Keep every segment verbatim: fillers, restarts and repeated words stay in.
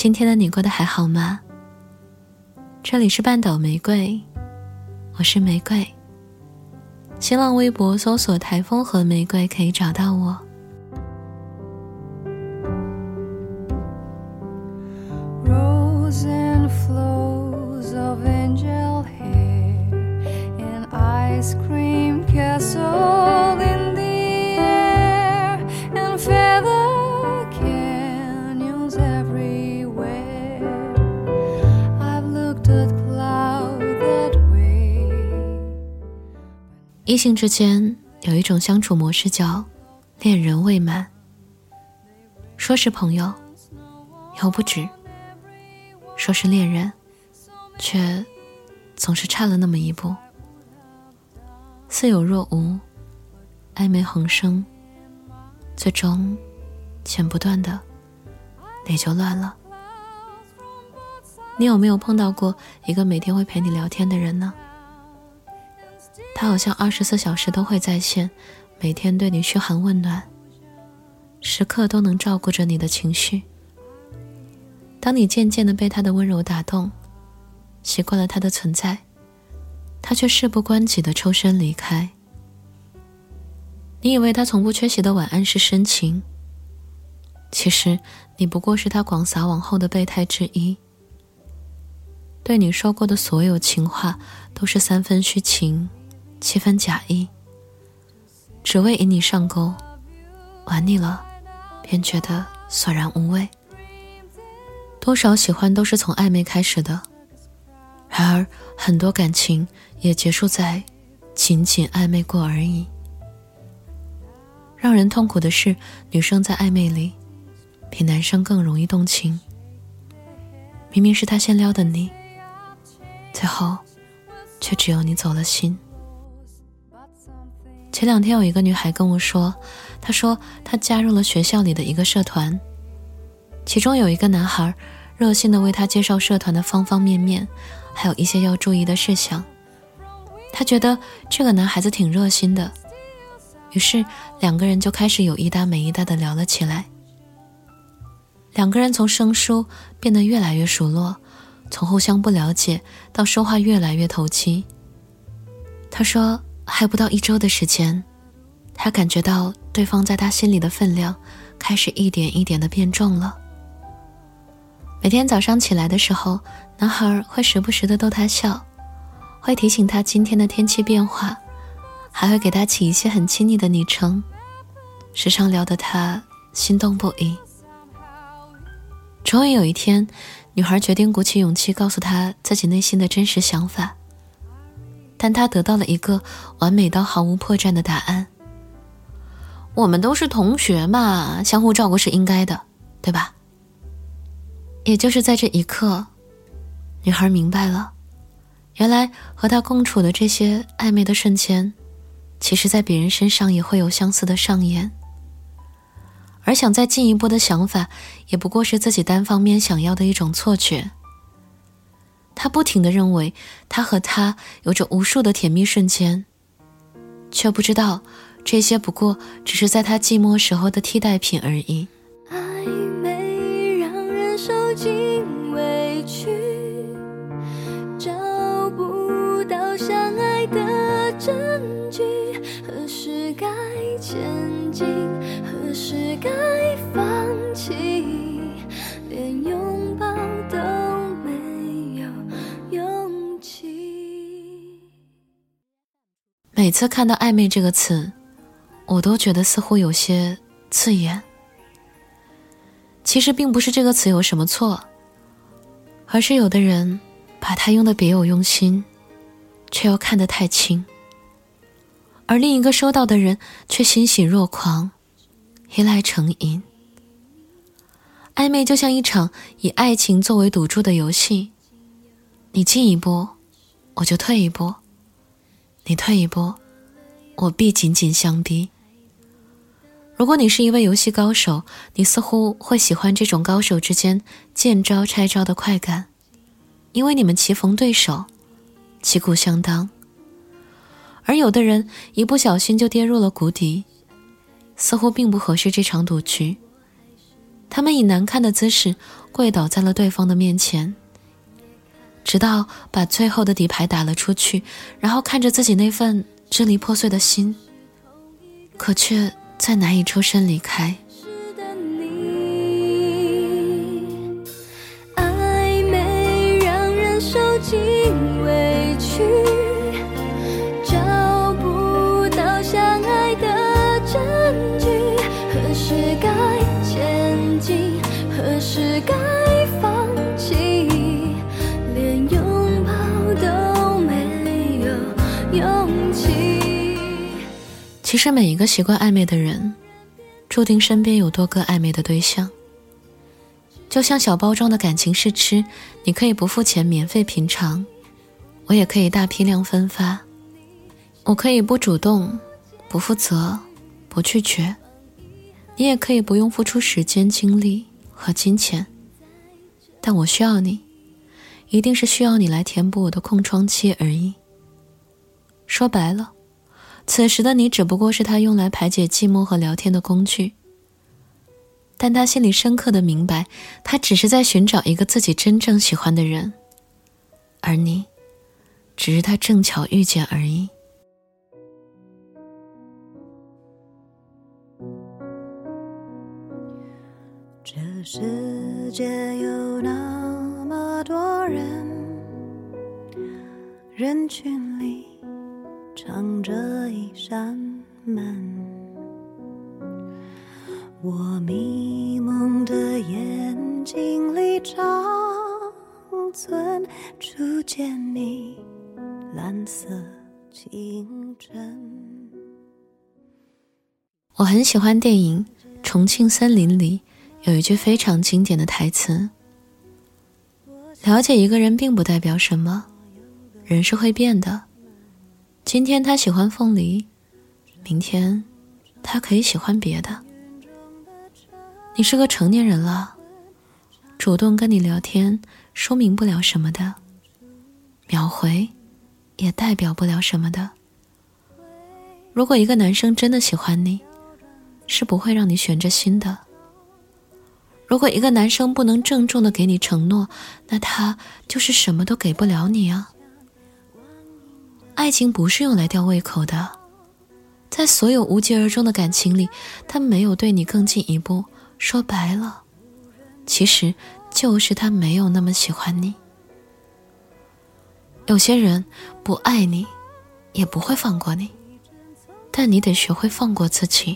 今天的你过得还好吗？这里是半岛玫瑰，我是玫瑰。新浪微博搜索台风和玫瑰可以找到我。 Rose and flows of angel hair, an ice cream castle in the air, and feather canyons everywhere. I've looked at cloud that way. 异性之间有一种相处模式叫恋人未满，说是朋友又不止，说是恋人却总是差了那么一步。似有若无，暧昧横生，最终剪不断的理就乱了。你有没有碰到过一个每天会陪你聊天的人呢？他好像二十四小时都会在线，每天对你嘘寒问暖，时刻都能照顾着你的情绪。当你渐渐地被他的温柔打动，习惯了他的存在，他却事不关己地抽身离开。你以为他从不缺席的晚安是深情，其实你不过是他广撒网后的备胎之一。对你说过的所有情话都是三分虚情，七分假意，只为引你上钩，玩腻了便觉得索然无味。多少喜欢都是从暧昧开始的，然而很多感情也结束在仅仅暧昧过而已。让人痛苦的是，女生在暧昧里比男生更容易动情。明明是他先撩的你，最后却只有你走了心。前两天有一个女孩跟我说，她说她加入了学校里的一个社团，其中有一个男孩热心地为她介绍社团的方方面面，还有一些要注意的事项。她觉得这个男孩子挺热心的，于是两个人就开始有一搭没一搭地聊了起来。两个人从生疏变得越来越熟络，从互相不了解到说话越来越投机。她说还不到一周的时间，她感觉到对方在她心里的分量开始一点一点地变重了。每天早上起来的时候，男孩会时不时地逗她笑，会提醒她今天的天气变化，还会给她起一些很亲昵的昵称，时常聊得她心动不已。终于有一天，女孩决定鼓起勇气告诉他自己内心的真实想法，但她得到了一个完美到毫无破绽的答案：我们都是同学嘛，相互照顾是应该的，对吧？也就是在这一刻，女孩明白了，原来和他共处的这些暧昧的瞬间，其实在别人身上也会有相似的上演。而想再进一步的想法，也不过是自己单方面想要的一种错觉。他不停地认为他和他有着无数的甜蜜瞬间，却不知道这些不过只是在他寂寞时候的替代品而已。 暧昧让人受尽委屈，找不到相爱的证据，何时该前进，何时该放弃，连拥抱都没有勇气。 每次看到暧昧这个词，我都觉得似乎有些刺眼。其实并不是这个词有什么错，而是有的人把它用得别有用心，却又看得太轻，而另一个收到的人却欣喜若狂，依赖成瘾。暧昧就像一场以爱情作为赌注的游戏，你进一步我就退一步，你退一步我必紧紧相逼。如果你是一位游戏高手，你似乎会喜欢这种高手之间见招拆招的快感，因为你们棋逢对手，旗鼓相当。而有的人一不小心就跌入了谷底，似乎并不合适这场赌局。 他们以难看的姿势跪倒在了对方的面前，直到把最后的底牌打了出去，然后看着自己那份支离破碎的心，可却再难以抽身离开。 暧昧让人受尽委屈，找不到相爱的证据，何时该前进，何时该放弃，连拥抱都没有勇气。 其实每一个习惯暧昧的人，注定身边有多个暧昧的对象。就像小包装的感情试吃，你可以不付钱免费品尝，我也可以大批量分发。我可以不主动，不负责，不拒绝，你也可以不用付出时间、精力和金钱，但我需要你，一定是需要你来填补我的空窗期而已。说白了，此时的你只不过是他用来排解寂寞和聊天的工具，但他心里深刻地明白，他只是在寻找一个自己真正喜欢的人，而你只是他正巧遇见而已。 这世界有那么多人，人群里藏着一扇门，我迷蒙的眼睛里长存初见你蓝色清晨。 我很喜欢电影《重庆森林》里有一句非常经典的台词：了解一个人并不代表什么，人是会变的，今天他喜欢凤梨，明天他可以喜欢别的。你是个成年人了，主动跟你聊天说明不了什么的，秒回也代表不了什么的。如果一个男生真的喜欢你，是不会让你悬着心的。如果一个男生不能郑重地给你承诺，那他就是什么都给不了你啊。爱情不是用来吊胃口的，在所有无疾而终的感情里，他没有对你更进一步，说白了，其实就是他没有那么喜欢你。有些人不爱你，也不会放过你，但你得学会放过自己。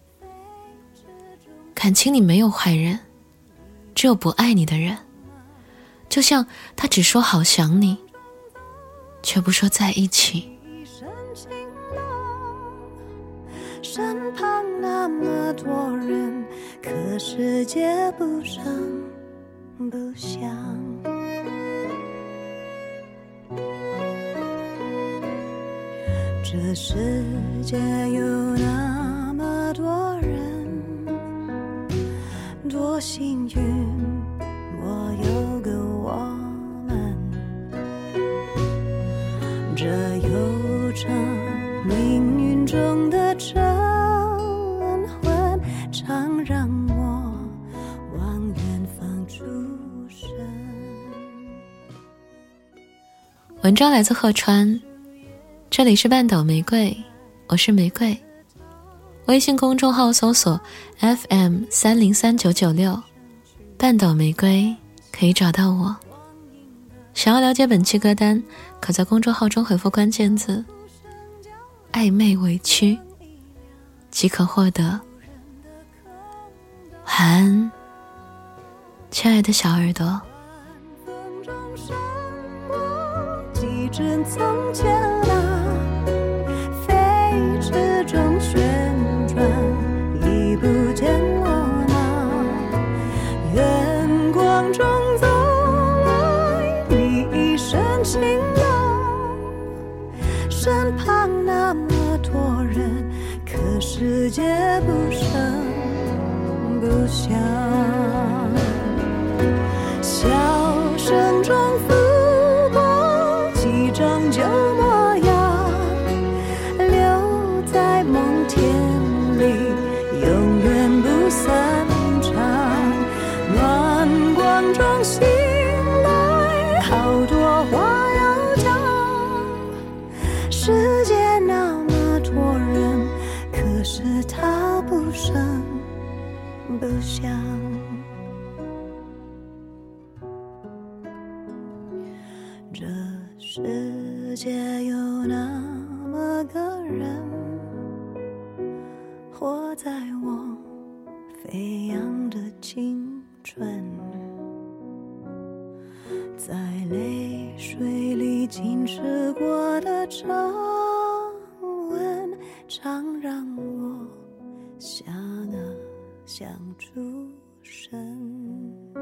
感情里没有坏人，只有不爱你的人。就像他只说好想你，却不说在一起。 身旁那么多人，可世界不声不响。这世界有那么多人，多幸运我有个我们，这悠长命运中的晨昏，常让我往远方出神。 文章来自鹤川，这里是半岛玫瑰，我是玫瑰。微信公众号搜索 F M 三零三九九六，半岛玫瑰可以找到我。想要了解本期歌单，可在公众号中回复关键字暧昧委屈即可获得。晚安，亲爱的小耳朵。 几帧从前那飞驰中旋转，已不见我那远光中走来，你一身晴朗，身旁那么多人，可世界不声不响，笑声中拂旧模样，留在梦田里，永远不散场。 人，活在我飞扬的青春，在泪水里浸湿过的皱纹，常让我想啊想出神。